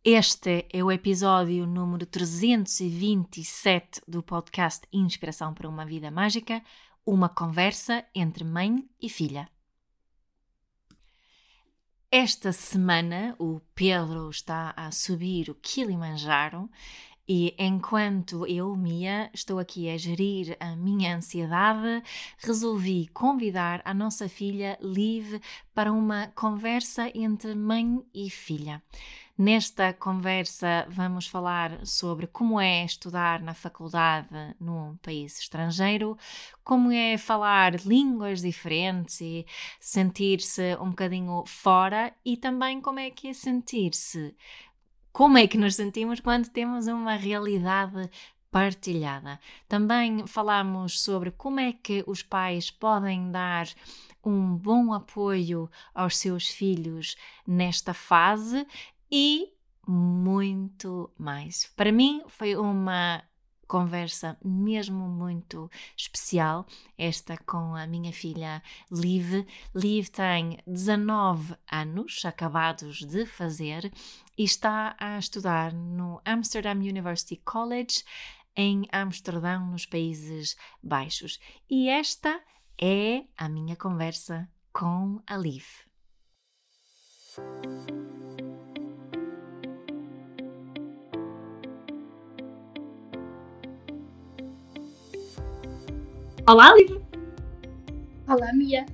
Este é o episódio número 327 do podcast Inspiração para uma Vida Mágica, uma conversa entre mãe e filha. Esta semana o Pedro está a subir o Kilimanjaro e enquanto eu, Mia, estou aqui a gerir a minha ansiedade, resolvi convidar a nossa filha Liv para uma conversa entre mãe e filha. Nesta conversa vamos falar sobre como é estudar na faculdade num país estrangeiro, como é falar línguas diferentes e sentir-se um bocadinho fora e também como é que é sentir-se. Como é que nos sentimos quando temos uma realidade partilhada? Também falamos sobre como é que os pais podem dar um bom apoio aos seus filhos nesta fase e muito mais. Para mim foi uma conversa mesmo muito especial, esta com a minha filha Liv. Liv tem 19 anos, acabados de fazer, e está a estudar no Amsterdam University College, em Amsterdão, nos Países Baixos. E esta é a minha conversa com a Liv. Olá, Liv! Olá, Mia.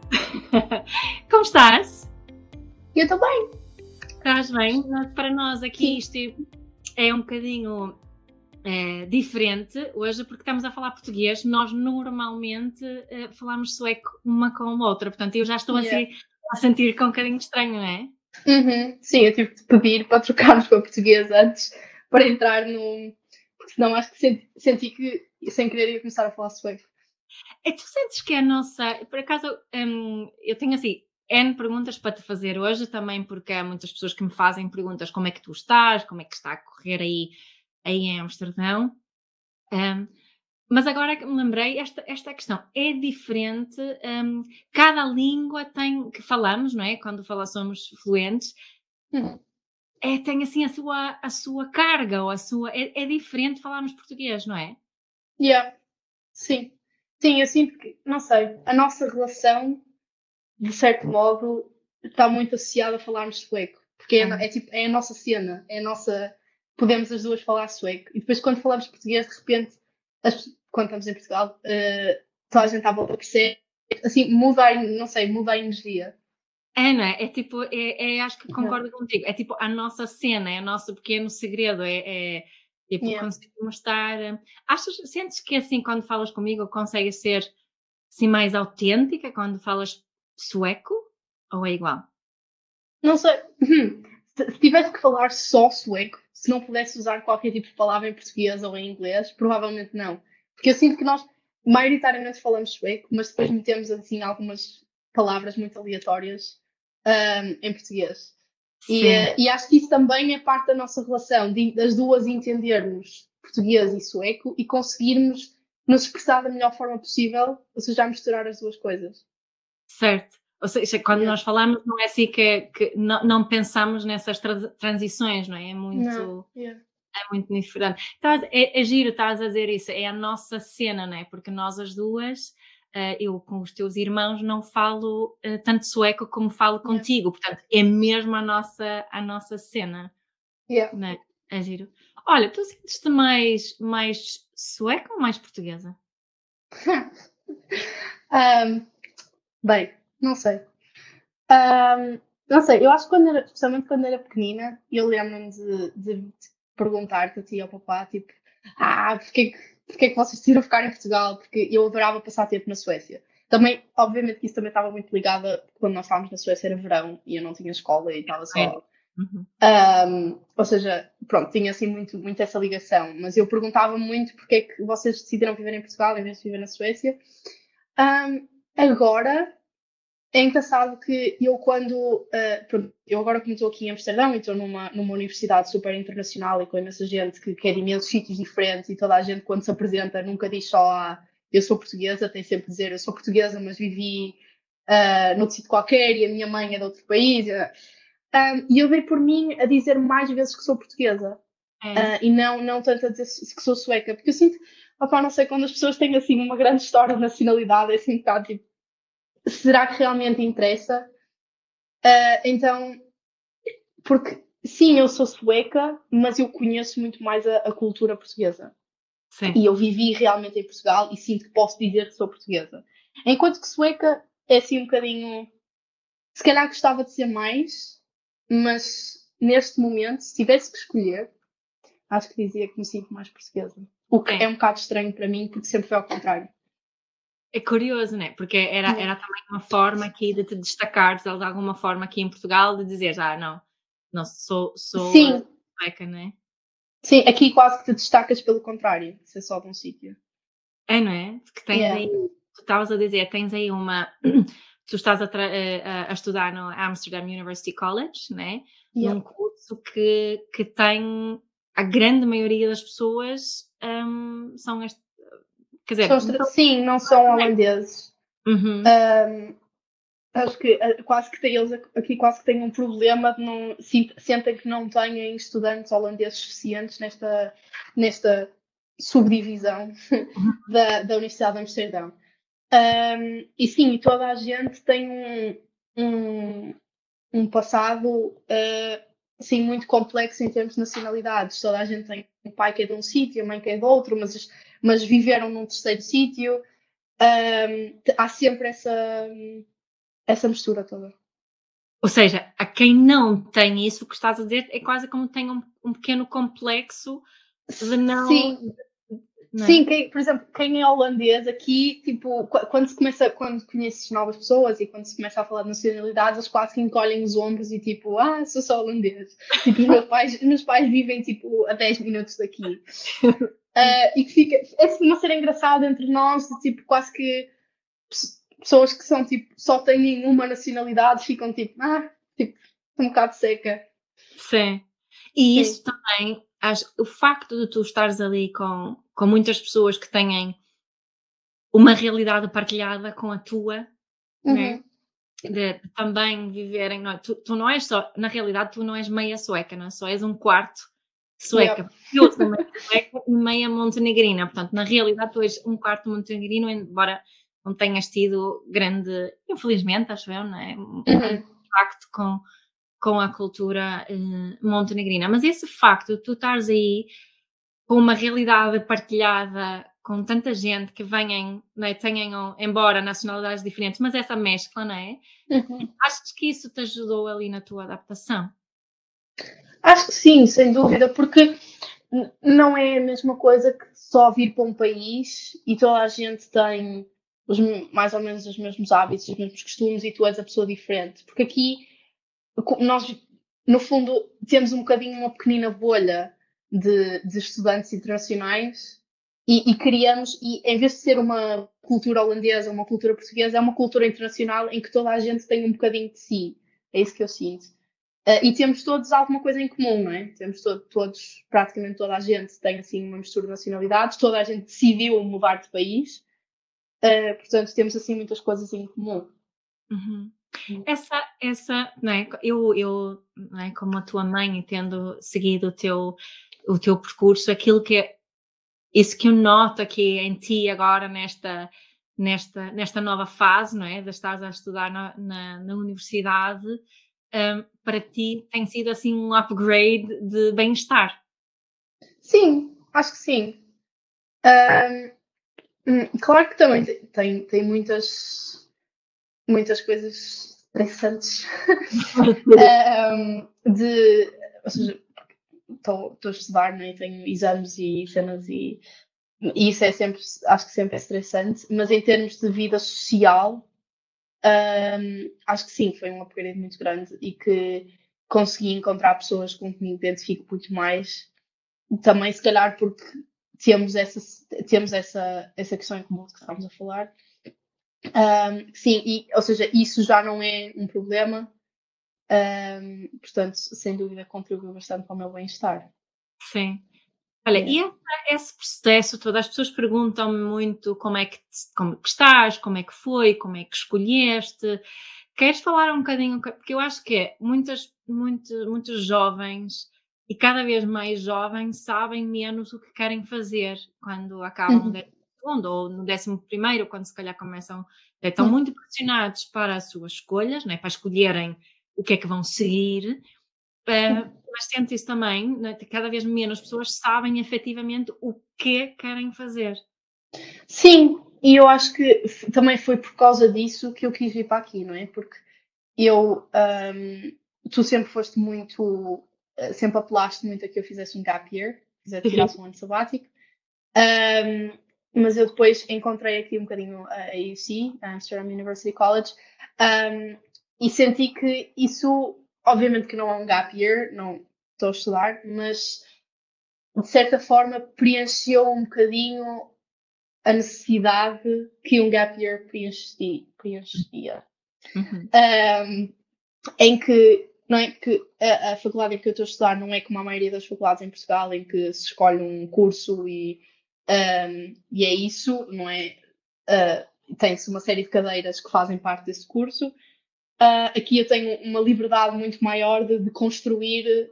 Como estás? Eu estou bem. Estás bem? Para nós aqui isto é um bocadinho diferente hoje porque estamos a falar português. Nós normalmente falamos sueco uma com a outra, portanto eu já estou a sentir com um bocadinho estranho, não é? Sim, eu tive de pedir para trocarmos para português antes, para entrar no... Porque senão acho que senti que sem querer ia começar a falar sueco. Tu sentes que a nossa... Por acaso eu tenho assim N perguntas para te fazer hoje também, porque há muitas pessoas que me fazem perguntas: como é que tu estás, como é que está a correr aí em Amsterdão. Mas agora que me lembrei, esta questão é diferente, cada língua tem, que falamos, não é? Quando somos fluentes, tem assim a sua carga, ou é diferente falarmos português, não é? Sim. Sim, eu sinto que, não sei, a nossa relação, de certo modo, está muito associada a falarmos sueco. Porque é a nossa cena, é a nossa... Podemos as duas falar sueco. E depois quando falamos português, de repente, quando estamos em Portugal, toda a gente à volta percebe. Assim, muda a energia. Não é? É tipo, acho que concordo contigo, é tipo a nossa cena, é o nosso pequeno segredo, tipo, conseguimos estar... Sentes que assim, quando falas comigo, consegues ser assim mais autêntica quando falas sueco, ou é igual? Não sei. Se tivesse que falar só sueco, se não pudesse usar qualquer tipo de palavra em português ou em inglês, provavelmente não. Porque eu sinto que nós maioritariamente falamos sueco, mas depois metemos assim algumas palavras muito aleatórias em português. E acho que isso também é parte da nossa relação, das duas entendermos português e sueco e conseguirmos nos expressar da melhor forma possível, ou seja, misturar as duas coisas. Certo. Ou seja, quando nós falamos, não é assim que não pensamos nessas transições, não é? É muito diferente. É giro, estás a dizer isso, é a nossa cena, não é? Porque nós as duas, eu com os teus irmãos não falo tanto sueco como falo contigo, portanto é mesmo a nossa cena. Não é? É giro. Olha, tu sentes-te mais sueca ou mais portuguesa? Bem, não sei. Não sei, eu acho que especialmente quando era pequenina, eu lembro-me de perguntar-te a ti e ao papá, tipo, porque é que vocês decidiram ficar em Portugal? Porque eu adorava passar tempo na Suécia. Também, obviamente que isso também estava muito ligado quando nós estávamos na Suécia, era verão e eu não tinha escola e estava só... ou seja, pronto, tinha assim muito essa ligação, mas eu perguntava muito porque é que vocês decidiram viver em Portugal em vez de viver na Suécia. Agora é engraçado que eu eu agora como estou aqui em Amsterdão e estou numa universidade super internacional e com imensa gente que quer imensos sítios diferentes e toda a gente quando se apresenta nunca diz só eu sou portuguesa, tem sempre de dizer eu sou portuguesa mas vivi noutro sítio qualquer e a minha mãe é de outro país. E eu dei por mim a dizer mais vezes que sou portuguesa. É, E não tanto a dizer que sou sueca, porque eu sinto, opá, não sei, quando as pessoas têm assim uma grande história de nacionalidade, é assim um bocado tipo, será que realmente interessa? Então, porque sim, eu sou sueca, mas eu conheço muito mais a cultura portuguesa. sim. E eu vivi realmente em Portugal e sinto que posso dizer que sou portuguesa. Enquanto que sueca é assim um bocadinho. Se calhar gostava de ser mais, mas neste momento, se tivesse que escolher, acho que dizia que me sinto mais portuguesa. O que é Sim. um bocado estranho para mim, porque sempre foi ao contrário. É curioso, né? Porque Yeah. era também uma forma aqui de te destacares de alguma forma aqui em Portugal, de dizeres: "Ah, não sou, Sim, sueca", né? sim, aqui quase que te destacas pelo contrário, se é só de um sítio. É, não é? Porque tens Yeah, aí tu estavas a dizer, tens aí uma tu estás a estudar no Amsterdam University College, né, yeah. num curso que tem a grande maioria das pessoas, são quer dizer, não são Sim, não são suecos. holandeses. Uhum. Um, Acho que quase que eles aqui quase que têm um problema de não sentem que não têm estudantes holandeses suficientes nesta subdivisão da Universidade de Amsterdão. E sim, toda a gente tem um, um passado assim, muito complexo em termos de nacionalidades. Toda a gente tem um pai que é de um sítio, a mãe que é de outro, mas viveram num terceiro sítio. Há sempre essa mistura toda. Ou seja, a quem não tem isso, o que estás a dizer é quase como tem um pequeno complexo de Sim, não sim, é? por exemplo, quem é holandês aqui, tipo, quando conheces novas pessoas e quando se começa a falar de nacionalidades, eles quase que encolhem os ombros e tipo, sou só holandês. Tipo, os meus pais vivem tipo a 10 minutos daqui. E que fica, é uma cena engraçada entre nós, de, tipo, quase que pessoas que são tipo, só têm uma nacionalidade ficam tipo, um bocado seca. Sim. E Sim. isso também, o facto de tu estares ali com muitas pessoas que têm uma realidade partilhada com a tua, né? Uhum. De também viverem, não é? Tu não és só, na realidade, tu não és meia sueca, não é? Só és um quarto Yep. sueca. Eu sou meia sueca e meia montenegrina, portanto, na realidade, tu és um quarto montenegrino, embora não tenhas tido grande, infelizmente, acho eu, não é? Um Uhum. impacto com a cultura montenegrina. Mas esse facto de tu estares aí com uma realidade partilhada com tanta gente que vêm, não é, tenham, embora nacionalidades diferentes, mas essa mescla, não é? Uhum. Achas que isso te ajudou ali na tua adaptação? Acho que sim, sem dúvida, porque não é a mesma coisa que só vir para um país e toda a gente tem mais ou menos os mesmos hábitos, os mesmos costumes e tu és a pessoa diferente. Porque aqui nós, no fundo, temos um bocadinho uma pequenina bolha de estudantes internacionais e criamos, e em vez de ser uma cultura holandesa, uma cultura portuguesa, é uma cultura internacional em que toda a gente tem um bocadinho de si. É isso que eu sinto. E temos todos alguma coisa em comum, não é? Temos todos, praticamente toda a gente tem assim uma mistura de nacionalidades, toda a gente decidiu mudar de país, portanto temos assim muitas coisas em comum. Uhum. Essa, não é? Eu, não é, como a tua mãe, e tendo seguido o teu percurso, aquilo que é, isso que eu noto aqui em ti agora nesta nova fase, não é? De estás a estudar na universidade, para ti tem sido assim um upgrade de bem-estar. Sim, acho que sim. Ahm, Claro que também tem muitas coisas estressantes ou seja, estou a estudar, né? Tenho exames e cenas e isso é sempre, acho que sempre é estressante, mas em termos de vida social, acho que sim, foi um upgrade muito grande e que consegui encontrar pessoas com quem me identifico muito mais. Também, se calhar, porque temos essa questão em comum de que estamos a falar. Sim, ou seja, isso já não é um problema, portanto, sem dúvida, contribui bastante para o meu bem-estar. Sim. Olha, Yeah. e esse processo todo, as pessoas perguntam-me muito como é que estás, como é que foi, como é que escolheste, Queres falar um bocadinho, porque eu acho que é muitos jovens e cada vez mais jovens sabem menos o que querem fazer quando acabam o Uhum. 12º ou no 11º, quando se calhar começam, estão Uhum. muito pressionados para as suas escolhas, né, para escolherem o que é que vão seguir, mas sente isso também, né, que cada vez menos pessoas sabem efetivamente o que querem fazer. Sim, e eu acho que também foi por causa disso que eu quis vir para aqui, não é? Porque eu, tu sempre foste muito, sempre apelaste muito a que eu fizesse um gap year, tirasse um ano sabático. Um, mas eu depois encontrei aqui um bocadinho a AUC, a Amsterdam University College, um, e senti que isso, obviamente que não é um gap year, não estou a estudar, mas de certa forma preencheu um bocadinho a necessidade que um gap year preenchia. Uhum. Um, em que não é que a faculdade em que eu estou a estudar não é como a maioria das faculdades em Portugal, em que se escolhe um curso e é isso, não é? Tem-se uma série de cadeiras que fazem parte desse curso. Aqui eu tenho uma liberdade muito maior de construir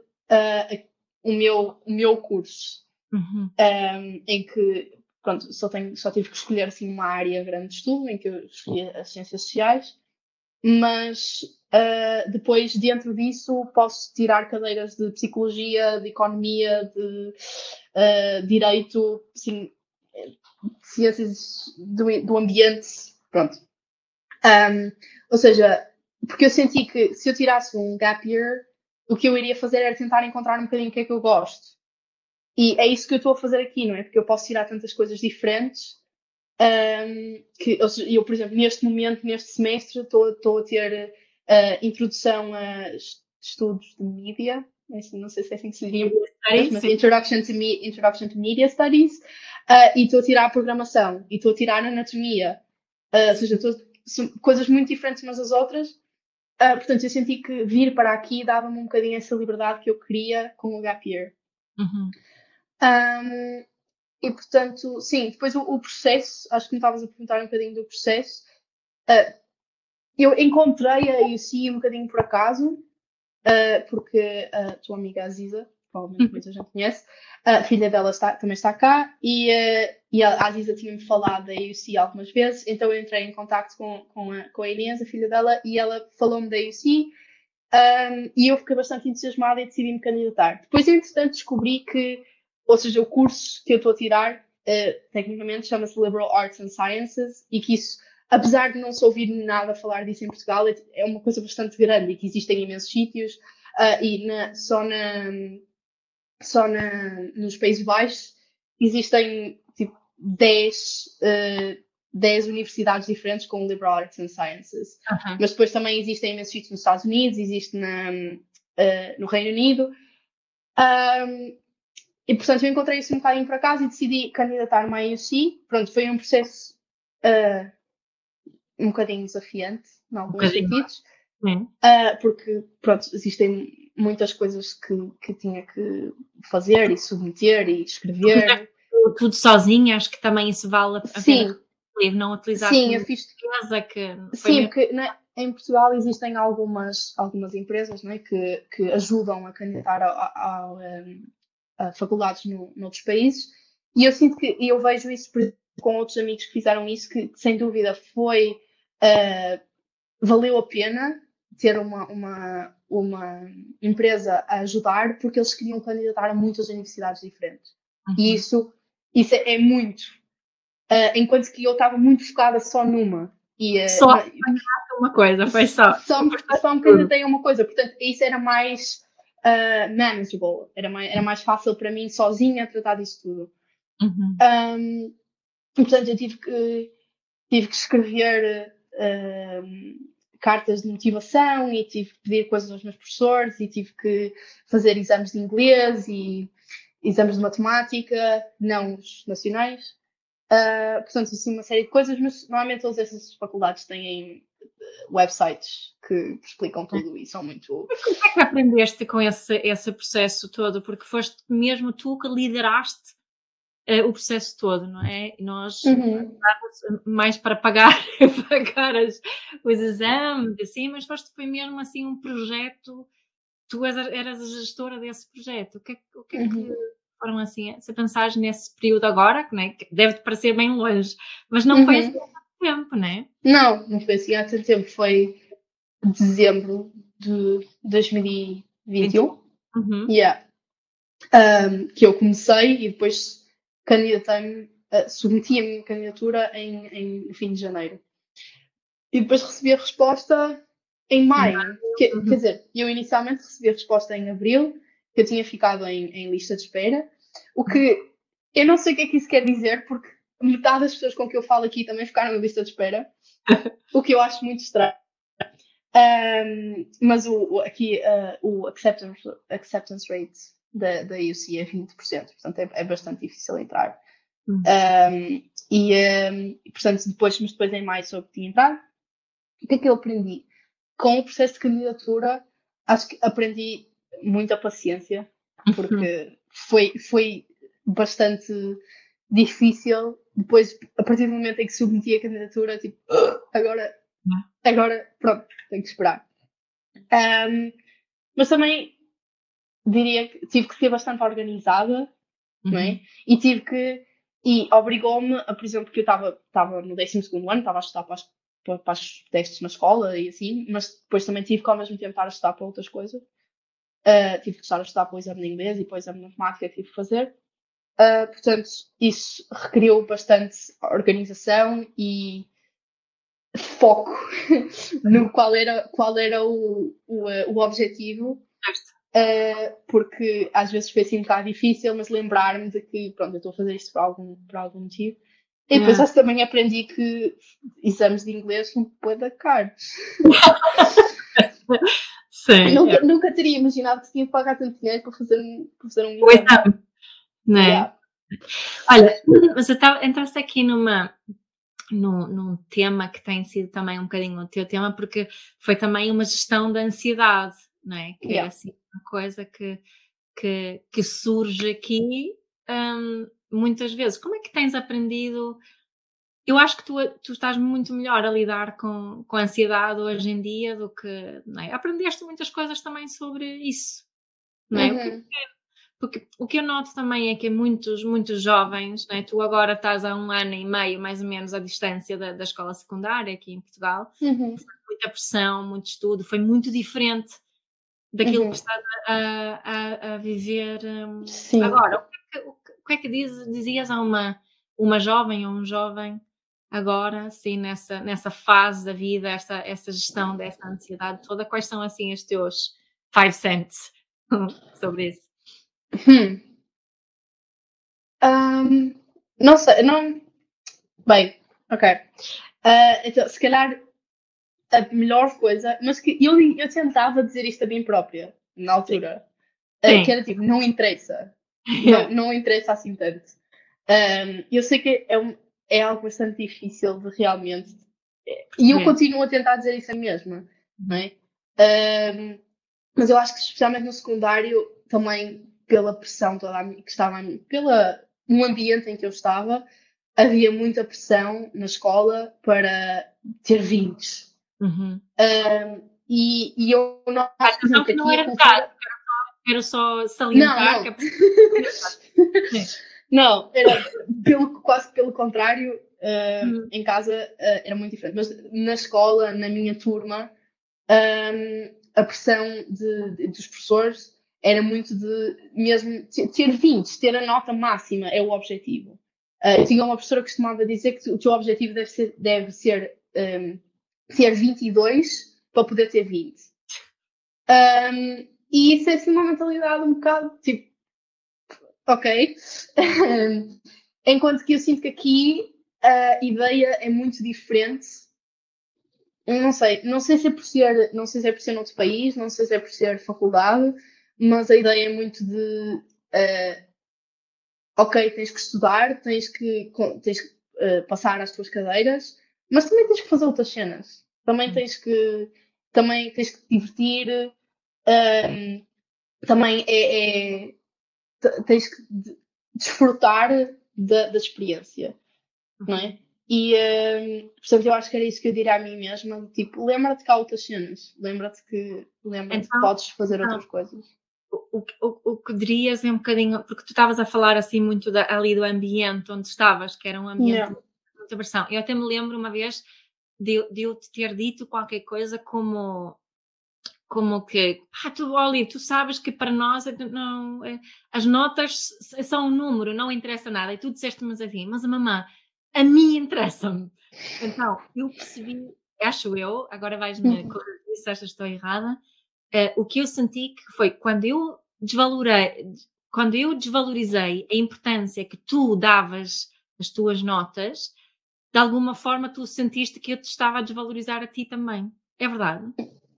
o meu curso, Uhum. em que pronto, só tive que escolher assim, uma área grande de estudo, em que eu escolhi as ciências sociais, mas depois, dentro disso, posso tirar cadeiras de psicologia, de economia, de direito, assim, ciências do ambiente, pronto. Ou seja, porque eu senti que se eu tirasse um gap year, o que eu iria fazer era tentar encontrar um bocadinho o que é que eu gosto. E é isso que eu estou a fazer aqui, não é? Porque eu posso tirar tantas coisas diferentes que eu, por exemplo, neste momento, neste semestre, estou a ter introdução a estudos de mídia, não sei se é assim que se diz em português, mas Sim. Introduction to Media Studies, e estou a tirar programação, e estou a tirar anatomia, ou seja, são coisas muito diferentes umas das outras. Portanto, eu senti que vir para aqui dava-me um bocadinho essa liberdade que eu queria com o gap year. Uhum. Um, e portanto, sim, depois o processo, acho que me estavas a perguntar um bocadinho do processo. Uh, eu encontrei a UC um bocadinho por acaso, porque a tua amiga Aziza, provavelmente muita gente conhece, a filha dela também está cá e a Aziza tinha-me falado da UC algumas vezes, então eu entrei em contato com a Inês, a filha dela, e ela falou-me da UC. E eu fiquei bastante entusiasmada e decidi-me candidatar. Depois, entretanto, descobri que, ou seja, o curso que eu estou a tirar, tecnicamente chama-se Liberal Arts and Sciences, e que isso, apesar de não se ouvir nada falar disso em Portugal, é uma coisa bastante grande e que existem imensos sítios, e nos Países Baixos existem tipo 10 universidades diferentes com Liberal Arts and Sciences. Uhum. Mas depois também existem imensos sítios nos Estados Unidos, existe no Reino Unido. E portanto eu encontrei isso um bocadinho por acaso e decidi candidatar-me à IUC. Pronto, foi um processo um bocadinho desafiante, em Um alguns bocadinho. sentidos, Sim. porque pronto, existem muitas coisas que tinha que fazer e submeter e Tu fizeste escrever. tudo sozinha, acho que também isso vale a pena Sim, referir, não utilizaste sim, eu uma fiz. empresa que foi Sim, mesmo. porque em Portugal existem algumas empresas, não é, que ajudam a candidatar a faculdades noutros países, e eu sinto que, e eu vejo isso com outros amigos que fizeram isso, que sem dúvida uh, valeu a pena ter uma empresa a ajudar, porque eles queriam candidatar a muitas universidades diferentes. E Uhum. isso é muito. Enquanto que eu estava muito focada só numa. E, Só uma coisa, foi só. só me Tudo. candidatei a uma coisa, portanto, isso era mais manageable, era mais fácil para mim sozinha tratar disso tudo. Uhum. Portanto, eu tive que escrever cartas de motivação e tive que pedir coisas aos meus professores e tive que fazer exames de inglês e exames de matemática, não os nacionais. Portanto, assim, uma série de coisas, mas normalmente todas essas faculdades têm websites que explicam tudo e são muito. E como é que aprendeste com esse processo todo? Porque foste mesmo tu que lideraste o processo todo, não é? E nós Uhum. mais para pagar, pagar os exames, assim, mas foi mesmo assim um projeto. Tu eras a gestora desse projeto. O que é que Uhum. foram assim, se pensares nesse período agora, né, que deve-te parecer bem longe, mas não foi assim Uhum. há tanto tempo, né? Não, não foi assim há tanto tempo, foi dezembro de 2021. 21. Uhum. Yeah. Que eu comecei e depois candidatei-me, submeti a minha candidatura no fim de janeiro. E depois recebi a resposta em Em maio. maio. Quer Uhum. dizer, eu inicialmente recebi a resposta em abril, que eu tinha ficado em lista de espera, o que eu não sei o que é que isso quer dizer, porque metade das pessoas com que eu falo aqui também ficaram na lista de espera, o que eu acho muito estranho. Mas aqui o acceptance rate da UC é 20%, portanto é bastante difícil entrar. Hum. Portanto, mas depois em maio soube que tinha entrado. O que é que eu aprendi? Com o processo de candidatura, acho que aprendi muita paciência, Uhum. porque foi bastante difícil. Depois, a partir do momento em que submeti a candidatura, tipo, agora, pronto, tenho que esperar. Mas também diria que tive que ser bastante organizada, não é? Uhum. E tive que. E obrigou-me, por exemplo, que eu estava no 12º ano, estava a estudar para os testes na escola e assim, mas depois também tive que ao mesmo tempo estar a estudar para outras coisas. Tive que estar a estudar para o exame de inglês e para o exame de matemática que tive que fazer. Portanto, isso requeriu bastante organização e foco no qual era o objetivo. Certo. Porque às vezes foi assim um bocado difícil, mas lembrar-me de que, pronto, eu estou a fazer isto por algum motivo. E depois Yeah. acho que também aprendi que exames de inglês são bué caros. Sim, é. Nunca teria imaginado que tinha que pagar tanto dinheiro para fazer um O exame. exame, né? Yeah. Olha, mas entraste aqui num tema que tem sido também um bocadinho o teu tema, porque foi também uma gestão da ansiedade, não é? Que é Yeah. assim uma coisa que surge aqui muitas vezes. Como é que tens aprendido? Eu acho que tu estás muito melhor a lidar com a ansiedade hoje em dia do que, não é? Aprendeste muitas coisas também sobre isso, não é? Uhum. Porque o que eu noto também é que muitos jovens, né, tu agora estás há 1 ano e meio, mais ou menos, à distância da escola secundária aqui em Portugal, Uhum. muita pressão, muito estudo, foi muito diferente daquilo que Uhum. estás a viver Sim. agora. O que é que dizias a uma jovem ou um jovem agora, assim, nessa fase da vida, essa gestão dessa ansiedade toda? Quais são, assim, os teus 5 cents sobre isso? Hum. Ahm, não sei, não. Bem, ok. Então, se calhar a melhor coisa, mas que eu tentava dizer isto a mim própria, na Sim. altura, que Sim. era tipo, não interessa, não, Yeah. não interessa assim tanto. Eu sei que é algo bastante difícil de realmente, e eu Perceber. continuo a tentar dizer isso a mesma, não Uhum. é? Mas eu acho que especialmente no secundário, também pela pressão toda que estava, no ambiente em que eu estava, havia muita pressão na escola para ter 20. Uhum. E eu noto, por Atenção exemplo, que que não aqui a era o caso, cultura. quero só Não, salientar que não. a pessoa sim. Não, era quase pelo contrário. Uhum. Em casa era muito diferente, mas na escola, na minha turma, a pressão dos professores era muito de mesmo ter 20, ter a nota máxima é o objetivo. Eu tinha uma professora que costumava dizer que o teu objetivo deve ser ter 22 para poder ter 20. E isso é assim uma mentalidade um bocado tipo, ok. Enquanto que eu sinto que aqui a ideia é muito diferente. Não sei se é por ser noutro país, não sei se é por ser faculdade, mas a ideia é muito de ok, tens que estudar, tens que passar as tuas cadeiras, mas também tens que fazer outras cenas. Também tens que te divertir, também tens que desfrutar da experiência, não é? E, portanto, eu acho que era isso que eu diria a mim mesma, tipo, lembra-te que há outras cenas, lembra-te que Então, podes fazer então outras coisas. o que dirias é um bocadinho, porque tu estavas a falar assim muito ali do ambiente onde estavas, que era um ambiente Yeah. de muita versão. Eu até me lembro uma vez de eu te ter dito qualquer coisa como que, olha, tu sabes que para nós não, as notas são um número, não interessa nada. E tu disseste-me assim, mas a mamã, a mim interessa-me. Então, eu percebi, acho eu, agora vais-me Uhum. corrigir se achas que estou errada, o que eu senti que foi quando eu desvalorizei a importância que tu davas às tuas notas, de alguma forma tu sentiste que eu te estava a desvalorizar a ti também. É verdade?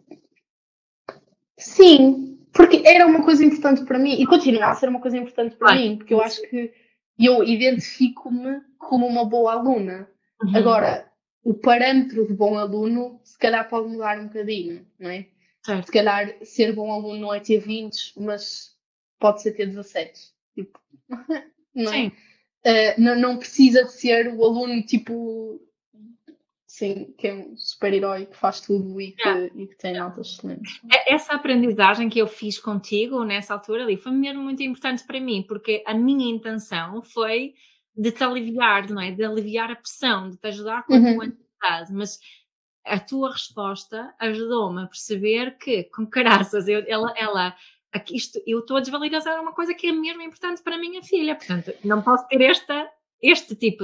Sim, porque era uma coisa importante para mim e continua a ser uma coisa importante para Vai. mim, porque eu acho que eu identifico-me como uma boa aluna. Uhum, Agora, o parâmetro de bom aluno se calhar pode mudar um bocadinho, não é? Se certo. calhar ser bom aluno não é ter 20, mas pode ser ter 17. Tipo, não Sim, é? Não precisa de ser o aluno tipo, sim, que é um super-herói que faz tudo yeah. e que tem notas excelentes. Essa aprendizagem que eu fiz contigo nessa altura ali foi mesmo muito importante para mim, porque a minha intenção foi de te aliviar, não é? De aliviar a pressão, de te ajudar com a tua Uhum. ansiedade, mas a tua resposta ajudou-me a perceber que, com caraças, eu estou a desvalorizar uma coisa que é mesmo importante para a minha filha, portanto, não posso ter este tipo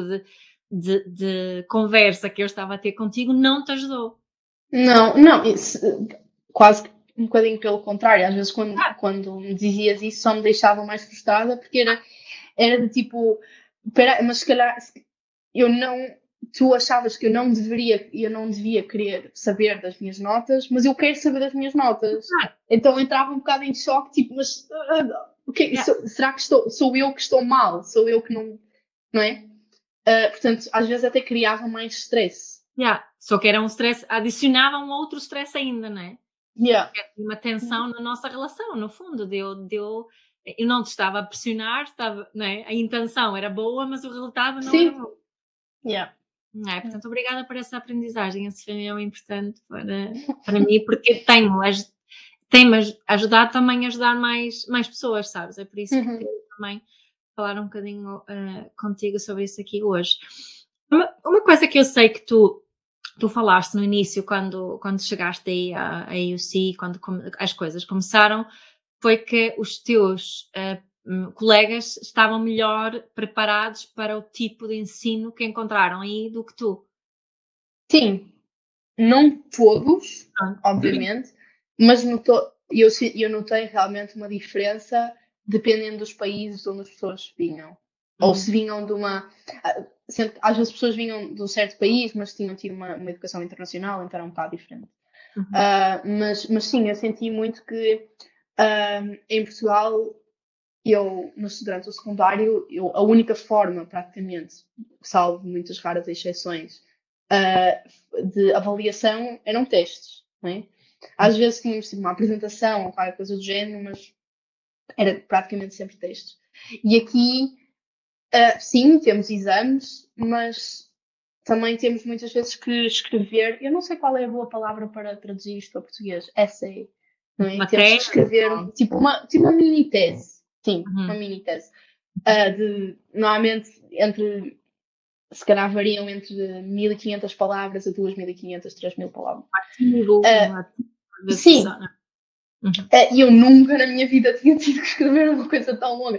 de conversa que eu estava a ter contigo, não te ajudou. Não, não, quase que um bocadinho pelo contrário. Às vezes, quando me dizias isso, só me deixava mais frustrada, porque era de tipo, mas se calhar eu não, tu achavas que eu não devia querer saber das minhas notas, mas eu quero saber das minhas notas. Ah, Então entrava um bocado em choque, tipo, mas yeah, será que sou eu que estou mal? Sou eu que não é? Portanto, às vezes até criava mais stress. yeah. Só que era um stress, adicionava um outro stress ainda, não é? Yeah. Uma tensão na nossa relação, no fundo, eu não te estava a pressionar, estava, não é? A intenção era boa, mas o resultado não era Sim, bom. yeah. Não é? Portanto, obrigada por essa aprendizagem, isso foi mesmo importante para mim, porque tem-me ajudado também a ajudar mais pessoas, sabes? É por isso que Uhum. quero também falar um bocadinho contigo sobre isso aqui hoje. Uma coisa que eu sei que tu falaste no início, quando chegaste aí à AUC, quando as coisas começaram, foi que os teus colegas estavam melhor preparados para o tipo de ensino que encontraram aí do que tu. Sim, não todos, Pronto. obviamente, mas eu notei realmente uma diferença dependendo dos países de onde as pessoas vinham. Ou Uhum, se vinham de uma. Às vezes as pessoas vinham de um certo país, mas tinham tido uma educação internacional, então era um bocado diferente. uhum, Mas sim, eu senti muito que em Portugal, durante o secundário, a única forma, praticamente, salvo muitas raras exceções, de avaliação eram testes, não é? Às vezes tínhamos tipo, uma apresentação ou qualquer coisa do género, mas era praticamente sempre textos. E aqui, sim, temos exames, mas também temos muitas vezes que escrever. Eu não sei qual é a boa palavra para traduzir isto para português. Essay, não é? Temos que matéria. escrever tipo uma mini tese. Sim, uma Uhum. mini tese. Normalmente entre se calhar variam entre 1500 palavras a 2500, 3000 palavras. Um Uh, artigo, às vezes só, sim, não é? Uhum. e eu nunca na minha vida tinha tido que escrever uma coisa tão longa.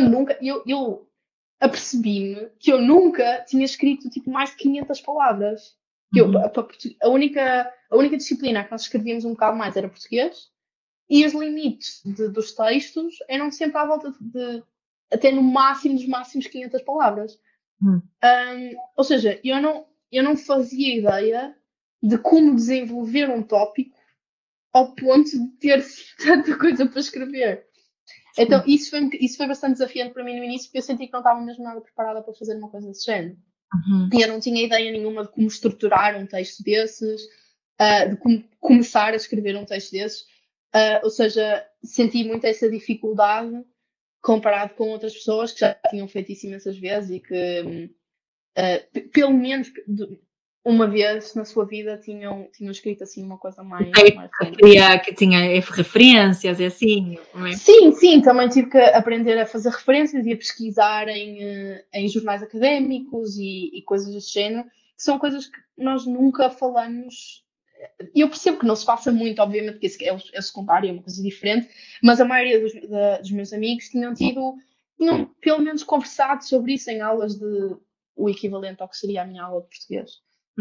Eu apercebi-me que eu nunca tinha escrito tipo mais de 500 palavras. Uhum. A única disciplina que nós escrevíamos um bocado mais era português e os limites dos textos eram sempre à volta até no máximo dos máximos 500 palavras. Uhum. Ou seja, eu não fazia ideia de como desenvolver um tópico ao ponto de ter tanta coisa para escrever. Então, Sim. isso foi bastante desafiante para mim no início, porque eu senti que não estava mesmo nada preparada para fazer uma coisa desse género. Uhum. E eu não tinha ideia nenhuma de como estruturar um texto desses, de como começar a escrever um texto desses. Ou seja, senti muito essa dificuldade comparado com outras pessoas que já tinham feito isso imensas vezes e que pelo menos uma vez na sua vida tinham escrito assim uma coisa mais que tinha referências e assim. Sim, também tive que aprender a fazer referências e a pesquisar em jornais académicos e coisas desse género, que são coisas que nós nunca falamos. E eu percebo que não se faça muito, obviamente, que esse é o secundário, é uma coisa diferente, mas a maioria dos meus amigos tinham pelo menos conversado sobre isso em aulas o equivalente ao que seria a minha aula de português.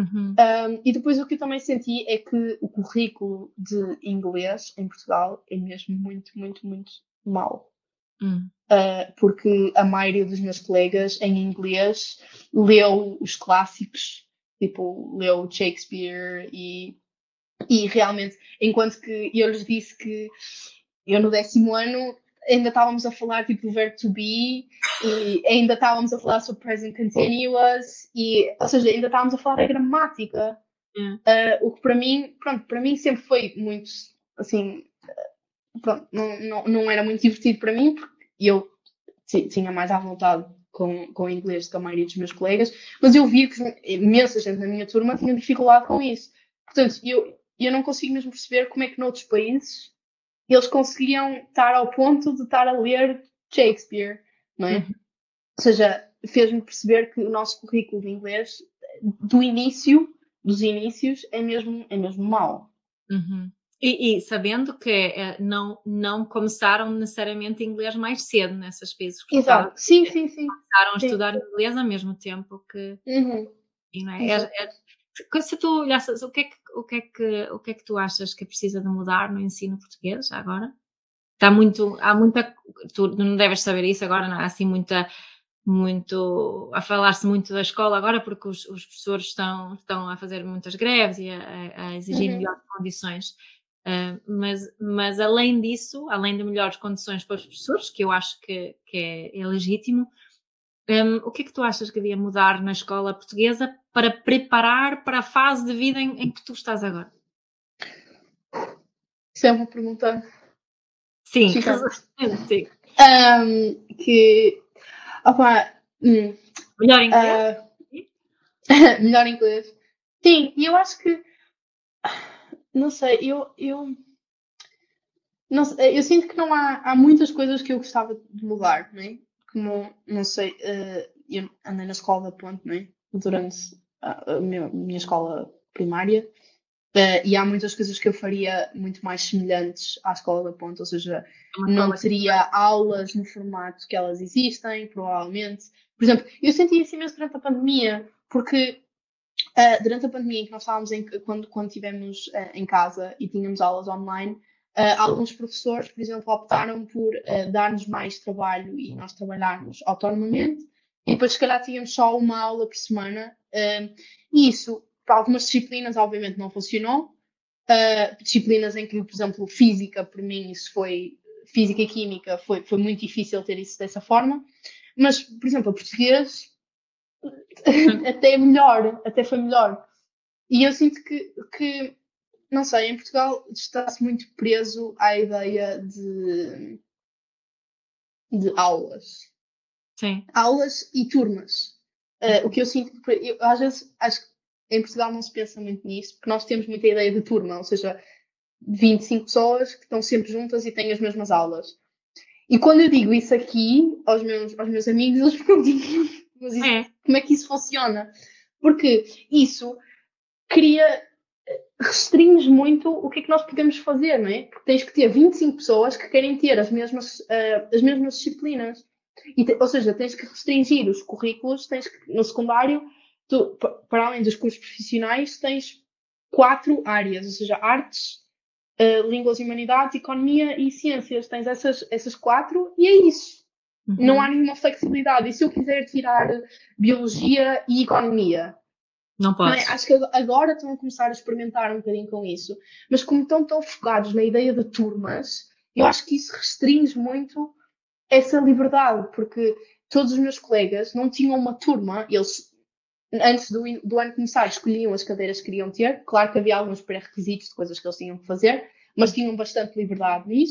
E depois o que eu também senti é que o currículo de inglês em Portugal é mesmo muito, muito, muito mau. Porque a maioria dos meus colegas em inglês leu os clássicos, tipo, leu Shakespeare e realmente, enquanto que eu lhes disse que eu no 10º ano ainda estávamos a falar tipo do verbo to be e ainda estávamos a falar sobre present continuous ou seja, ainda estávamos a falar da gramática. O que para mim sempre foi muito assim, pronto, não era muito divertido para mim porque eu tinha mais à vontade com o inglês do que a maioria dos meus colegas, mas eu vi que imensa gente na minha turma tinha dificuldade com isso. Portanto, eu não consigo mesmo perceber como é que noutros países eles conseguiam estar ao ponto de estar a ler Shakespeare, não é? Ou seja, fez-me perceber que o nosso currículo de inglês, dos inícios, é mesmo mau. E sabendo que não começaram necessariamente inglês mais cedo nesses países. Exato, sim. Começaram a estudar inglês ao mesmo tempo que... E não é? Se tu olhasses, o que é que tu achas que precisa de mudar no ensino português agora? Há muita, tu não deves saber isso agora, não há assim muito a falar-se muito da escola agora porque os professores estão a fazer muitas greves e a exigir melhores condições. Mas além disso, além de melhores condições para os professores, que eu acho que é legítimo, o que é que tu achas que devia mudar na escola portuguesa para preparar para a fase de vida em que tu estás agora? Isso é uma pergunta. Sim, sim. Que melhor inglês? Melhor inglês. Sim, e eu acho que não sei, não sei, eu sinto que não há muitas coisas que eu gostava de mudar, não é? Como, não sei, eu andei na escola da Ponte, não é? Durante a minha escola primária, e há muitas coisas que eu faria muito mais semelhantes à escola da Ponte, ou seja, não teria aulas no formato que elas existem, provavelmente. Por exemplo, eu senti isso imenso durante a pandemia, porque durante a pandemia em que nós estávamos quando estivemos em casa e tínhamos aulas online, alguns professores, por exemplo, optaram por dar-nos mais trabalho e nós trabalharmos autonomamente e depois se calhar tínhamos só uma aula por semana e isso para algumas disciplinas obviamente não funcionou. Disciplinas em que, por exemplo, física, para mim isso física e química foi muito difícil ter isso dessa forma, mas, por exemplo, a português até foi melhor. E eu sinto que não sei, em Portugal está-se muito preso à ideia de aulas. Sim. Aulas e turmas. O que eu sinto, eu, às vezes, acho que em Portugal não se pensa muito nisso, porque nós temos muita ideia de turma, ou seja, 25 pessoas que estão sempre juntas e têm as mesmas aulas. E quando eu digo isso aqui aos meus amigos, eles perguntam mas como é que isso funciona? Porque isso restringe muito o que é que nós podemos fazer, não é? Porque tens que ter 25 pessoas que querem ter as mesmas disciplinas. Ou seja, tens que restringir os currículos, no secundário, para além dos cursos profissionais, tens 4 áreas, ou seja, artes, línguas e humanidades, economia e ciências. Tens essas 4 e é isso. Não há nenhuma flexibilidade. E se eu quiser tirar biologia e economia? Não pode. Acho que agora estão a começar a experimentar um bocadinho com isso, mas como estão tão focados na ideia de turmas, eu acho que isso restringe muito essa liberdade, porque todos os meus colegas não tinham uma turma, eles antes do ano começar escolhiam as cadeiras que queriam ter, claro que havia alguns pré-requisitos de coisas que eles tinham que fazer, mas tinham bastante liberdade nisso,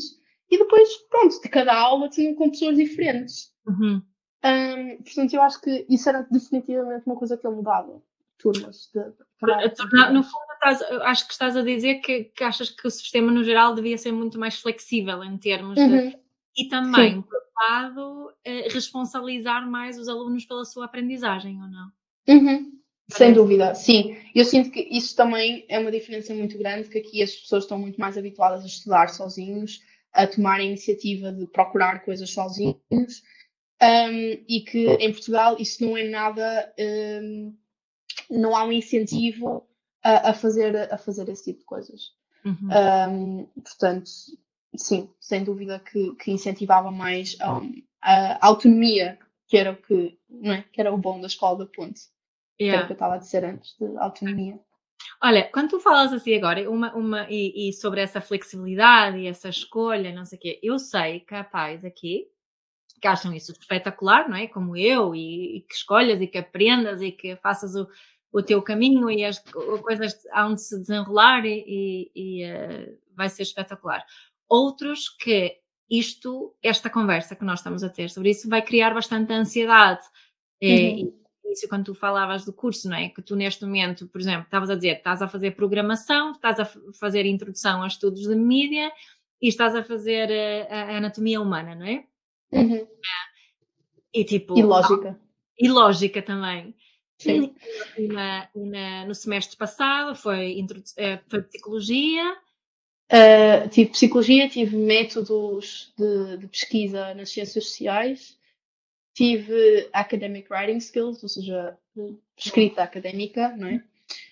e depois, pronto, de cada aula tinham com pessoas diferentes. Uhum. Portanto, eu acho que isso era definitivamente uma coisa que ele mudava. Turmas No fundo, acho que estás a dizer que achas que o sistema no geral devia ser muito mais flexível em termos de. Uhum, E também, sim. por outro lado, responsabilizar mais os alunos pela sua aprendizagem, ou não? Uhum, sem Parece. dúvida, sim. Eu sinto que isso também é uma diferença muito grande, que aqui as pessoas estão muito mais habituadas a estudar sozinhos, a tomar a iniciativa de procurar coisas sozinhos, e que em Portugal isso não é nada, não há um incentivo a fazer esse tipo de coisas. Uhum. Portanto, sim, sem dúvida que incentivava mais a autonomia, que era o que, não é? Que era o bom da escola da Ponte, que era o Yeah. que eu estava a dizer antes, de autonomia. Olha, quando tu falas assim agora, e sobre essa flexibilidade e essa escolha, não sei o quê, eu sei que há pais aqui que acham isso espetacular, não é? Como eu, e que escolhas e que aprendas e que faças o teu caminho e as coisas hão de se desenrolar vai ser espetacular. Outros que esta conversa que nós estamos a ter sobre isso vai criar bastante ansiedade. E Uhum, isso quando tu falavas do curso, não é? Que tu neste momento, por exemplo, estavas a dizer, estás a fazer programação, estás a fazer introdução a estudos de mídia e estás a fazer a anatomia humana, não é? uhum. E E tipo, lógica, e lógica também. sim. No semestre passado foi psicologia. Tive psicologia, tive métodos de pesquisa nas ciências sociais, tive academic writing skills, ou seja, escrita académica, não é?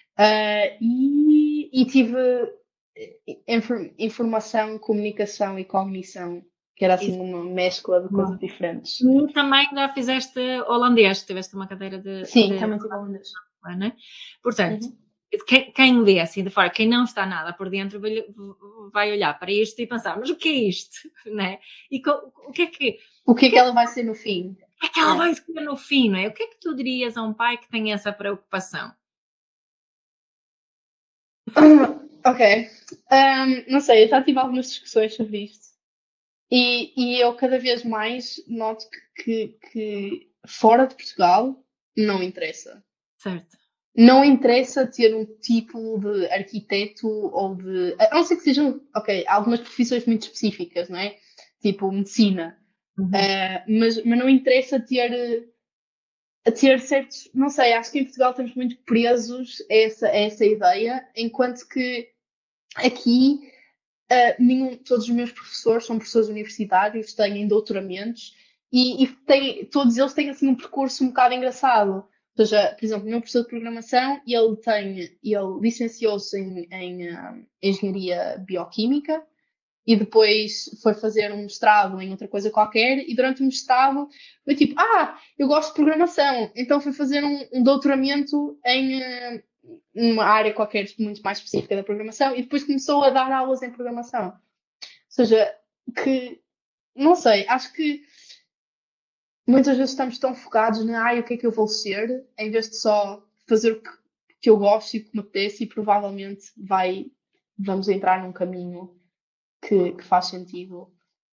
E tive informação, comunicação e cognição, que era Isso. assim uma mescla de coisas diferentes. Tu também já fizeste holandês, tiveste uma cadeira Sim, também tive holandês. não é? Portanto, Uhum. quem vê assim de fora, quem não está nada por dentro, vai olhar para isto e pensar, mas o que é isto? Né? E o que é que, O o que é que que é ela vai ser no fim? que ela Yeah. vai escolher no fim, não é? O que é que tu dirias a um pai que tem essa preocupação? Ok. Não sei, eu já tive algumas discussões sobre isto. E eu cada vez mais noto que fora de Portugal não interessa. Certo. Não interessa ter um título de arquiteto ou de. A não ser que sejam, ok, algumas profissões muito específicas, não é? Tipo medicina. Uhum. Mas não interessa ter certos. Não sei, acho que em Portugal estamos muito presos a essa ideia, enquanto que aqui todos os meus professores são professores universitários, têm doutoramentos todos eles têm assim um percurso um bocado engraçado. Ou seja, por exemplo, o meu professor de programação, ele licenciou-se em engenharia bioquímica e depois foi fazer um mestrado em outra coisa qualquer e durante o mestrado foi tipo, eu gosto de programação, então foi fazer um doutoramento em uma área qualquer muito mais específica da programação e depois começou a dar aulas em programação. Ou seja, que, não sei, acho que muitas vezes estamos tão focados na o que é que eu vou ser, em vez de só fazer o que eu gosto e o que me apetece e provavelmente vamos entrar num caminho que faz sentido.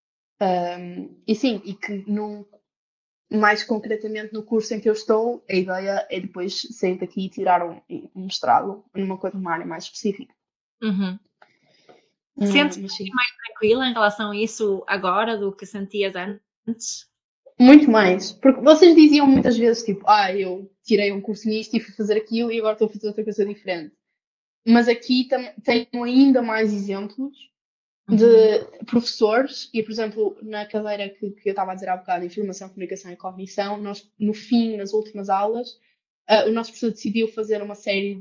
E sim, e que mais concretamente no curso em que eu estou, a ideia é depois sair daqui e tirar um mestrado numa área mais específica. Uhum. Sentes-te Mas sim. mais tranquila em relação a isso agora do que sentias antes? Muito mais. Porque vocês diziam muitas vezes, tipo, eu tirei um curso nisto e fui fazer aquilo e agora estou a fazer outra coisa diferente. Mas aqui tenho ainda mais exemplos Uhum. de professores, e por exemplo, na cadeira que eu estava a dizer há bocado, Informação, Comunicação e Cognição, nós, no fim, nas últimas aulas, o nosso professor decidiu fazer uma série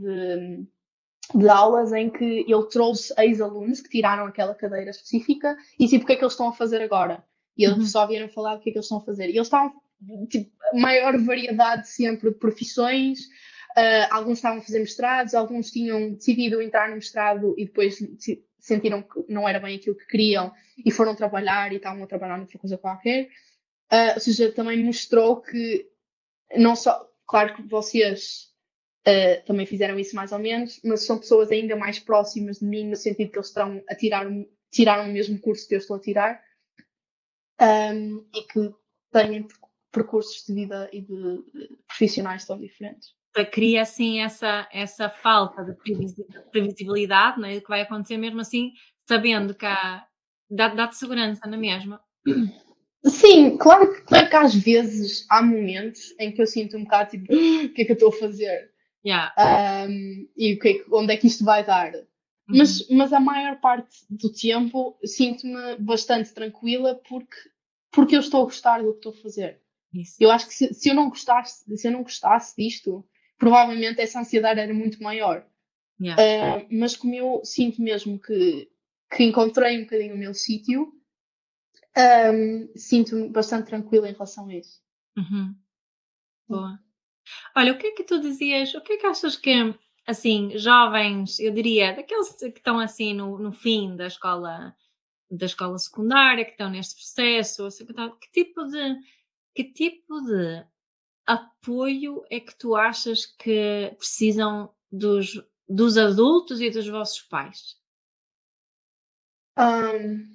de aulas em que ele trouxe ex-alunos que tiraram aquela cadeira específica e disse o que é que eles estão a fazer agora. E eles Uhum. só vieram falar do que é que eles estão a fazer. E eles estavam, tipo, maior variedade sempre de profissões. Alguns estavam a fazer mestrados, alguns tinham decidido entrar no mestrado e depois sentiram que não era bem aquilo que queriam e foram trabalhar e estavam a trabalhar noutra coisa qualquer. Ou seja, também mostrou que não só, claro que vocês também fizeram isso mais ou menos, mas são pessoas ainda mais próximas de mim, no sentido que eles estão a tiraram o mesmo curso que eu estou a tirar. e que têm percursos de vida e de profissionais tão diferentes. Cria assim essa falta de previsibilidade, não é, do que vai acontecer mesmo assim, sabendo que dá-te segurança na mesma. Sim, claro que às vezes há momentos em que eu sinto um bocado tipo: "O que é que eu estou a fazer? Yeah. E onde é que isto vai dar?" Uhum. Mas a maior parte do tempo sinto-me bastante tranquila porque eu estou a gostar do que estou a fazer. Isso. Eu acho que se eu não gostasse disto, provavelmente essa ansiedade era muito maior. Yeah. Mas como eu sinto mesmo que encontrei um bocadinho o meu sítio, sinto-me bastante tranquila em relação a isso. Uhum. Boa. Olha, o que é que tu dizias, o que é que achas que, assim, jovens, eu diria, daqueles que estão assim no fim da escola secundária, que estão neste processo, assim, que tipo de apoio é que tu achas que precisam dos adultos e dos vossos pais? Hum,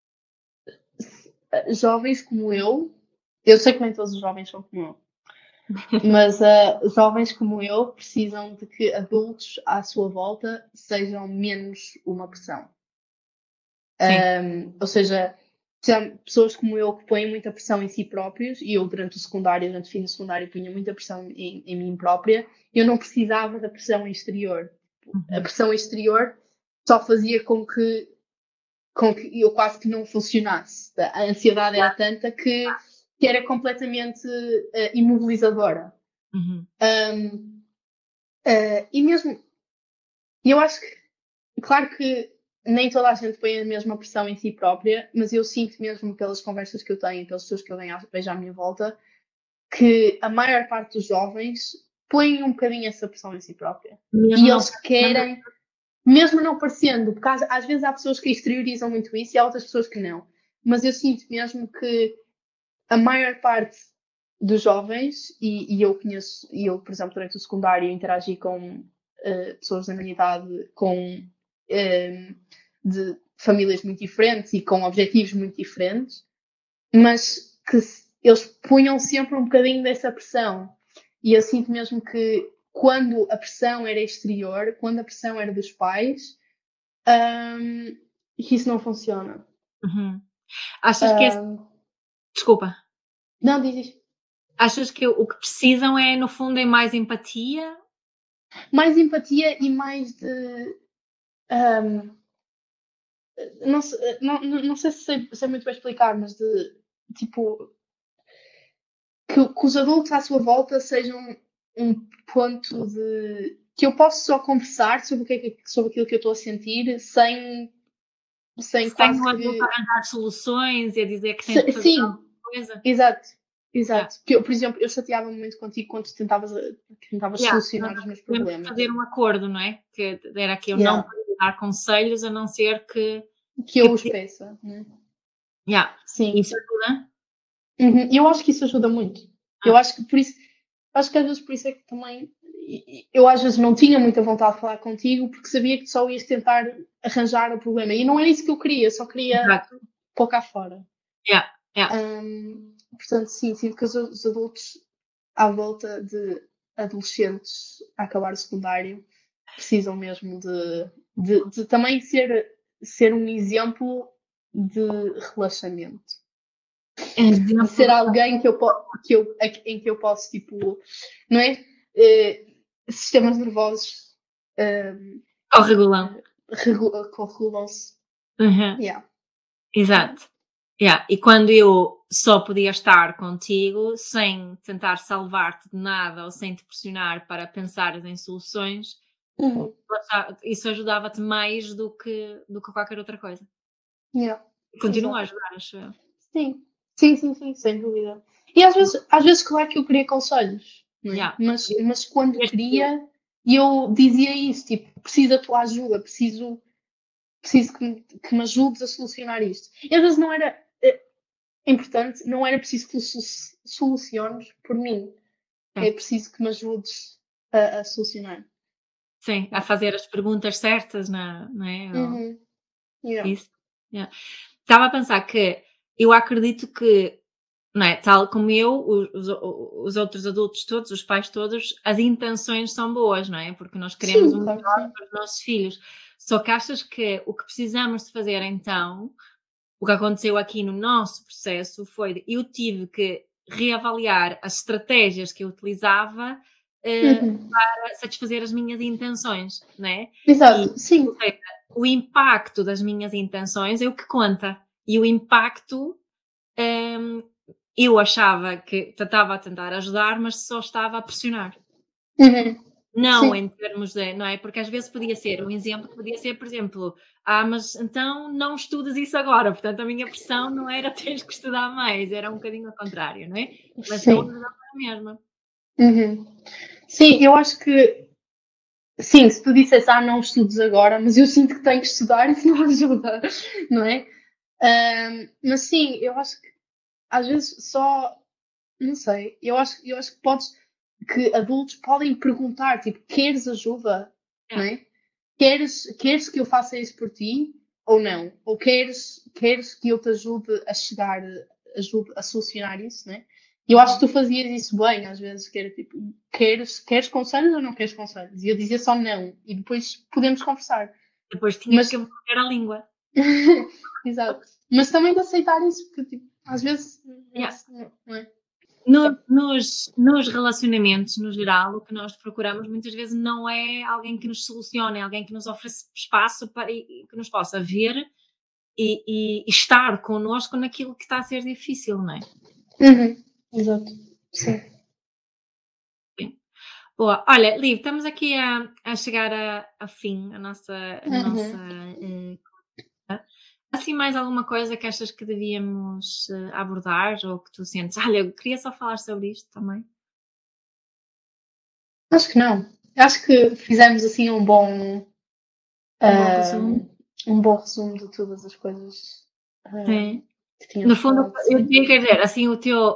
Jovens como eu sei que nem todos os jovens são como eu, mas jovens como eu precisam de que adultos à sua volta sejam menos uma pressão. Sim. Ou seja, pessoas como eu que põem muita pressão em si próprios, e eu durante o fim do secundário, punha muita pressão em mim própria, eu não precisava da pressão exterior. A Uhum. pressão exterior só fazia com que eu quase que não funcionasse. A ansiedade era tanta que era completamente imobilizadora. Uhum. Um, e mesmo, eu acho que, claro que nem toda a gente põe a mesma pressão em si própria, mas eu sinto mesmo pelas conversas que eu tenho, pelas pessoas que eu vejo à minha volta, que a maior parte dos jovens põem um bocadinho essa pressão em si própria. Mesmo E não eles parecendo. querem, mesmo não parecendo, porque às vezes há pessoas que exteriorizam muito isso e há outras pessoas que não. Mas eu sinto mesmo que a maior parte dos jovens, e eu conheço, e eu, por exemplo, durante o secundário interagi com pessoas da minha idade de famílias muito diferentes e com objetivos muito diferentes, mas que eles punham sempre um bocadinho dessa pressão. E eu sinto mesmo que quando a pressão era exterior, quando a pressão era dos pais, hum, que isso não funciona. Uhum. Achas que Hum, desculpa. não, diz. Achas que o que precisam é, no fundo, é mais empatia? Mais empatia e mais de. hum, não sei se é muito bem explicar, mas de tipo que os adultos à sua volta sejam um ponto de que eu posso só conversar sobre sobre aquilo que eu estou a sentir sem Sem quase o adulto que. arranjar soluções e a dizer que tens que fazer Sim, alguma coisa? exato, Yeah. exato. Que eu, por exemplo, eu chateava-me muito contigo quando tentavas Yeah. solucionar os meus Tivemos que problemas. fazer um acordo, não é? Que era que eu não Yeah. podia dar conselhos a não ser Que que eu os pedisse. peça, né? Yeah. Sim. Isso ajuda? E eu acho que isso ajuda muito. Eu Ah, acho que por isso, acho que às vezes por isso é que também eu às vezes não tinha muita vontade de falar contigo porque sabia que só ias tentar arranjar o problema. E não era isso que eu queria, só queria exato. pôr cá fora. Yeah. Yeah. Portanto, sim, sinto que os adultos à volta de adolescentes a acabar o secundário precisam mesmo de também ser um exemplo de relaxamento. De Exemplo ser de alguém em que eu posso, tipo, não é? Sistemas nervosos eh, corregulão. corregulam-se. Uhum. Yeah. Yeah. Exato. Yeah. E quando eu só podia estar contigo sem tentar salvar-te de nada ou sem te pressionar para pensares em soluções, Uhum. isso ajudava-te mais do que qualquer outra coisa. Yeah. E continua a Exato. ajudar, acho eu. Sim. Sim, sim, sim, sem dúvida. E às vezes, claro que eu queria conselhos, não é? Yeah. Mas quando Podias pedir. queria, eu dizia isso, tipo, preciso da tua ajuda, preciso que me ajudes a solucionar isto. E às vezes não era importante, não era preciso que tu soluciones por mim. É Certo. preciso que me ajudes a solucionar. Sim, a Yeah. fazer as perguntas certas, não é? Uhum. Yeah. Isso. Yeah. Estava a pensar que eu acredito que, não é, tal como eu, os outros adultos todos, os pais todos, as intenções são boas, não é? Porque nós queremos o Sim, melhor claro que sim. para os nossos filhos. Só que achas que o que precisamos de fazer então, o que aconteceu aqui no nosso processo foi eu tive que reavaliar as estratégias que eu utilizava Uhum. para satisfazer as minhas intenções, não é? E, Exato, ou sim. seja, o impacto das minhas intenções é o que conta. E o impacto, hum, eu achava que estava a tentar ajudar, mas só estava a pressionar. Uhum. Não Sim. em termos de, não é? Porque às vezes podia ser, um exemplo podia ser, por exemplo, mas então não estudas isso agora, portanto a minha pressão não era tens que estudar mais, era um bocadinho ao contrário, não é? Mas estou a Sim. ajudar a mesma. Uhum. Sim, eu acho que sim, se tu dissesse, não estudes agora, mas eu sinto que tenho que estudar, isso não ajuda, não é? Mas sim, eu acho que às vezes só, não sei, eu acho que que adultos podem perguntar, tipo, queres ajuda, não É. é? Queres que eu faça isso por ti ou não? Ou queres que eu te ajude a solucionar isso, né? E eu acho que tu fazias isso bem, às vezes, que era tipo, queres conselhos ou não queres conselhos? E eu dizia só não, e depois podemos conversar. Depois tinhas que Mas, morder a língua. exato. Mas também de aceitar isso, porque tipo, às vezes, Yeah. não é? Nos relacionamentos, no geral, o que nós procuramos muitas vezes não é alguém que nos solucione, é alguém que nos ofereça espaço para e que nos possa ver e estar connosco naquilo que está a ser difícil, não é? Uhum. Exato. Sim. Sim. Boa. Olha, Liv, estamos aqui a chegar a fim, a nossa Uhum. conversa. Assim, mais alguma coisa que achas que devíamos abordar ou que tu sentes? Olha, eu queria só falar sobre isto também. Acho que não. Acho que fizemos assim Um bom resumo. um, um bom resumo de todas as coisas Sim. que No tínhamos fundo, falado, eu sim. diria, quer dizer, assim,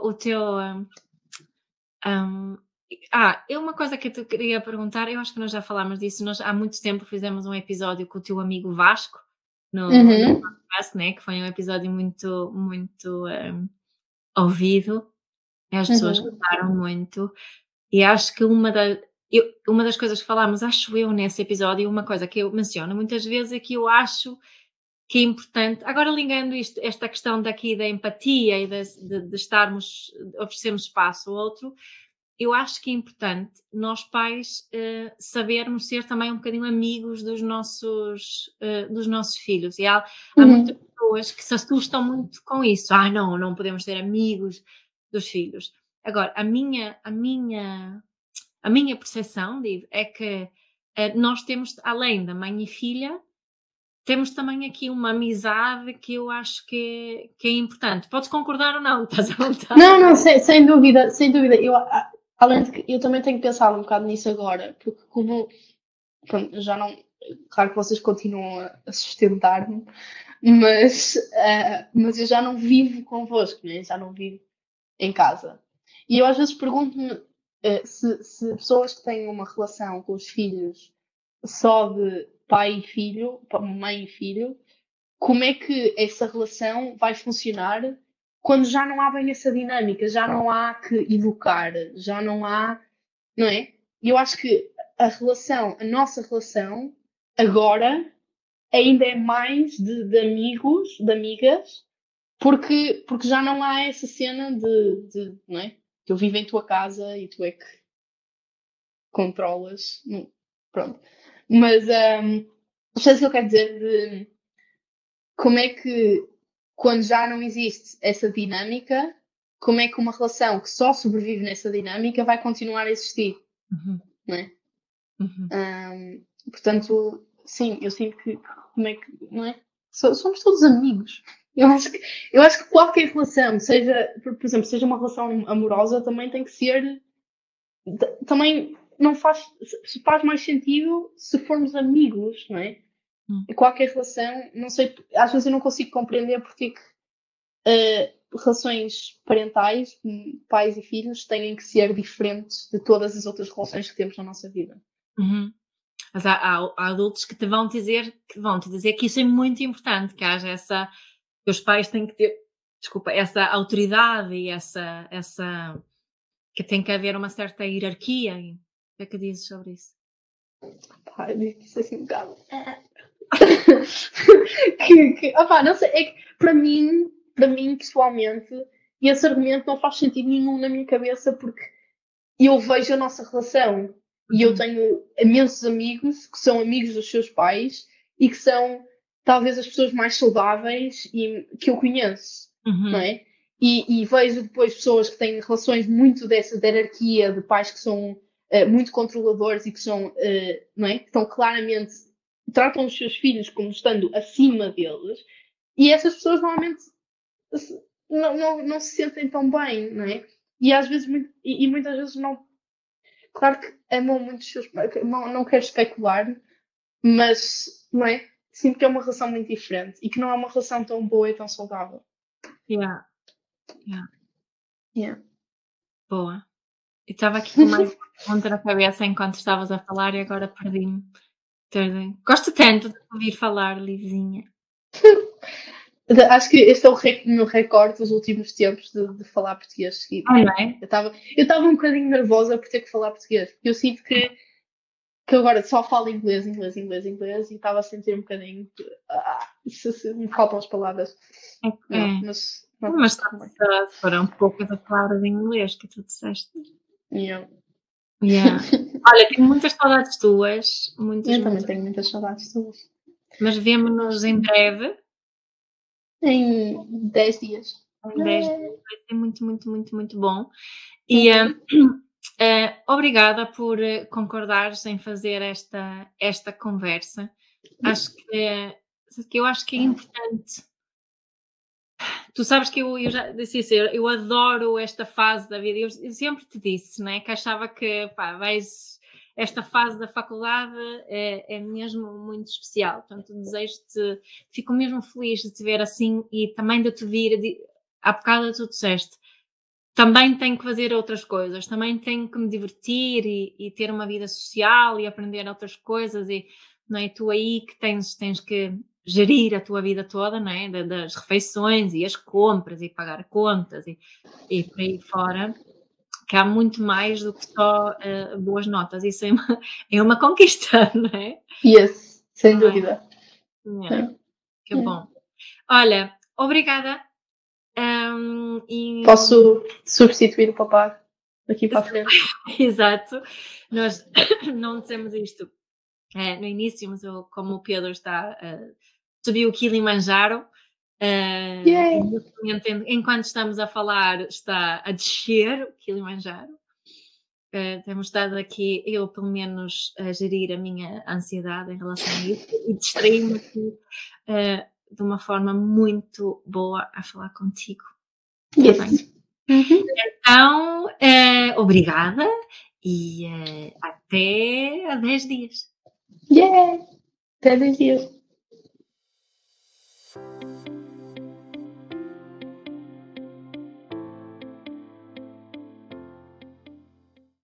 hum, é uma coisa que eu te queria perguntar, eu acho que nós já falámos disso, nós há muito tempo fizemos um episódio com o teu amigo Vasco no Uhum, podcast, né, que foi um episódio muito, muito ouvido, e as pessoas uhum, gostaram muito, e acho que uma das coisas que falámos, acho eu, nesse episódio, uma coisa que eu menciono muitas vezes é que eu acho que é importante, agora ligando esta questão daqui da empatia e de estarmos, de oferecermos espaço ao outro, eu acho que é importante nós pais sabermos ser também um bocadinho amigos dos nossos filhos. E há muitas uhum. pessoas que se assustam muito com isso. Ah, não, não podemos ser amigos dos filhos. Agora, a minha percepção, Liv, é que nós temos, além da mãe e filha, temos também aqui uma amizade que eu acho que é importante. Podes concordar ou não, estás à Não, não, vontade. sem dúvida, sem dúvida. Além de que eu também tenho pensado um bocado nisso agora, porque como pronto, eu já não. Claro que vocês continuam a sustentar-me, mas eu já não vivo convosco, né? Já não vivo em casa. E eu às vezes pergunto-me se pessoas que têm uma relação com os filhos só de pai e filho, mãe e filho, como é que essa relação vai funcionar quando já não há bem essa dinâmica, já não há que educar, já não há, não é? E eu acho que a nossa relação, agora, ainda é mais de amigos, de amigas, porque já não há essa cena não é? Que eu vivo em tua casa e tu é que controlas. Pronto. Mas, sabes o que eu quero dizer? Como é que, quando já não existe essa dinâmica, como é que uma relação que só sobrevive nessa dinâmica vai continuar a existir, Uhum, não é? uhum. Portanto, sim, eu sinto que, como é que, não é? Somos todos amigos. Eu acho que qualquer relação, seja, por exemplo, seja uma relação amorosa, também tem que ser, também não faz mais sentido se formos amigos, não é? Hum. Qualquer relação, não sei, às vezes eu não consigo compreender porque é que relações parentais, pais e filhos, têm que ser diferentes de todas as outras relações que temos na nossa vida. Uhum. Mas há adultos que vão te dizer que isso é muito importante, que haja essa. Que os pais têm que ter. desculpa, essa autoridade e essa que tem que haver uma certa hierarquia. O que é que dizes sobre isso? Pá, eu disse assim um bocado. Opá, não sei, é que para mim pessoalmente, esse argumento não faz sentido nenhum na minha cabeça porque eu vejo a nossa relação e eu tenho imensos amigos que são amigos dos seus pais e que são talvez as pessoas mais saudáveis que eu conheço, não é? E vejo depois pessoas que têm relações muito dessa hierarquia de pais que são muito controladores e que são, não é? Que estão claramente, tratam os seus filhos como estando acima deles e essas pessoas normalmente não se sentem tão bem, não é? E às vezes, e muitas vezes não. Claro que amam muito os seus pais, não quero especular, mas não é? Sinto que é uma relação muito diferente e que não é uma relação tão boa e tão saudável. Yeah. Yeah. Yeah. Boa. Eu estava aqui com mais uma pergunta na cabeça enquanto estavas a falar e agora perdi-me. Gosto tanto de ouvir falar, Livzinha. Acho que este é o meu recorde dos últimos tempos de falar português seguido. Não é? Eu estava um bocadinho nervosa por ter que falar português. Eu sinto que agora só falo inglês e estava a sentir um bocadinho se me faltam as palavras. Mas foram poucas as palavras em inglês que tu disseste. Yeah. Olha, tenho muitas saudades tuas. Eu também tenho muitas saudades tuas. Mas vemo-nos em breve. Em 10 dias. Em 10 dias vai ser muito, muito, muito, muito bom. E obrigada por concordares em fazer esta conversa. Acho que eu acho que é importante. Tu sabes que eu já disse isso, eu adoro esta fase da vida. Eu sempre te disse, né, que achava que esta fase da faculdade é mesmo muito especial. Portanto, desejo-te, fico mesmo feliz de te ver assim e também de te vir. Há bocado tu disseste, também tenho que fazer outras coisas, também tenho que me divertir e ter uma vida social e aprender outras coisas. E não é tu aí que tens que gerir a tua vida toda, não é? Das refeições e as compras e pagar contas e por aí fora, que há muito mais do que só boas notas. Isso é uma conquista, não é? Yes, sem dúvida. Que bom. Olha, obrigada. Posso substituir o papá daqui para a frente? Exato. Nós não dissemos isto no início, mas como o Pedro subiu o Kilimanjaro, enquanto estamos a falar, está a descer o Kilimanjaro. Temos estado aqui, eu pelo menos, a gerir a minha ansiedade em relação a isso e distraí-me aqui de uma forma muito boa a falar contigo. Yes. Tá bem? Então, obrigada e até a 10 dias. Até 10 dias.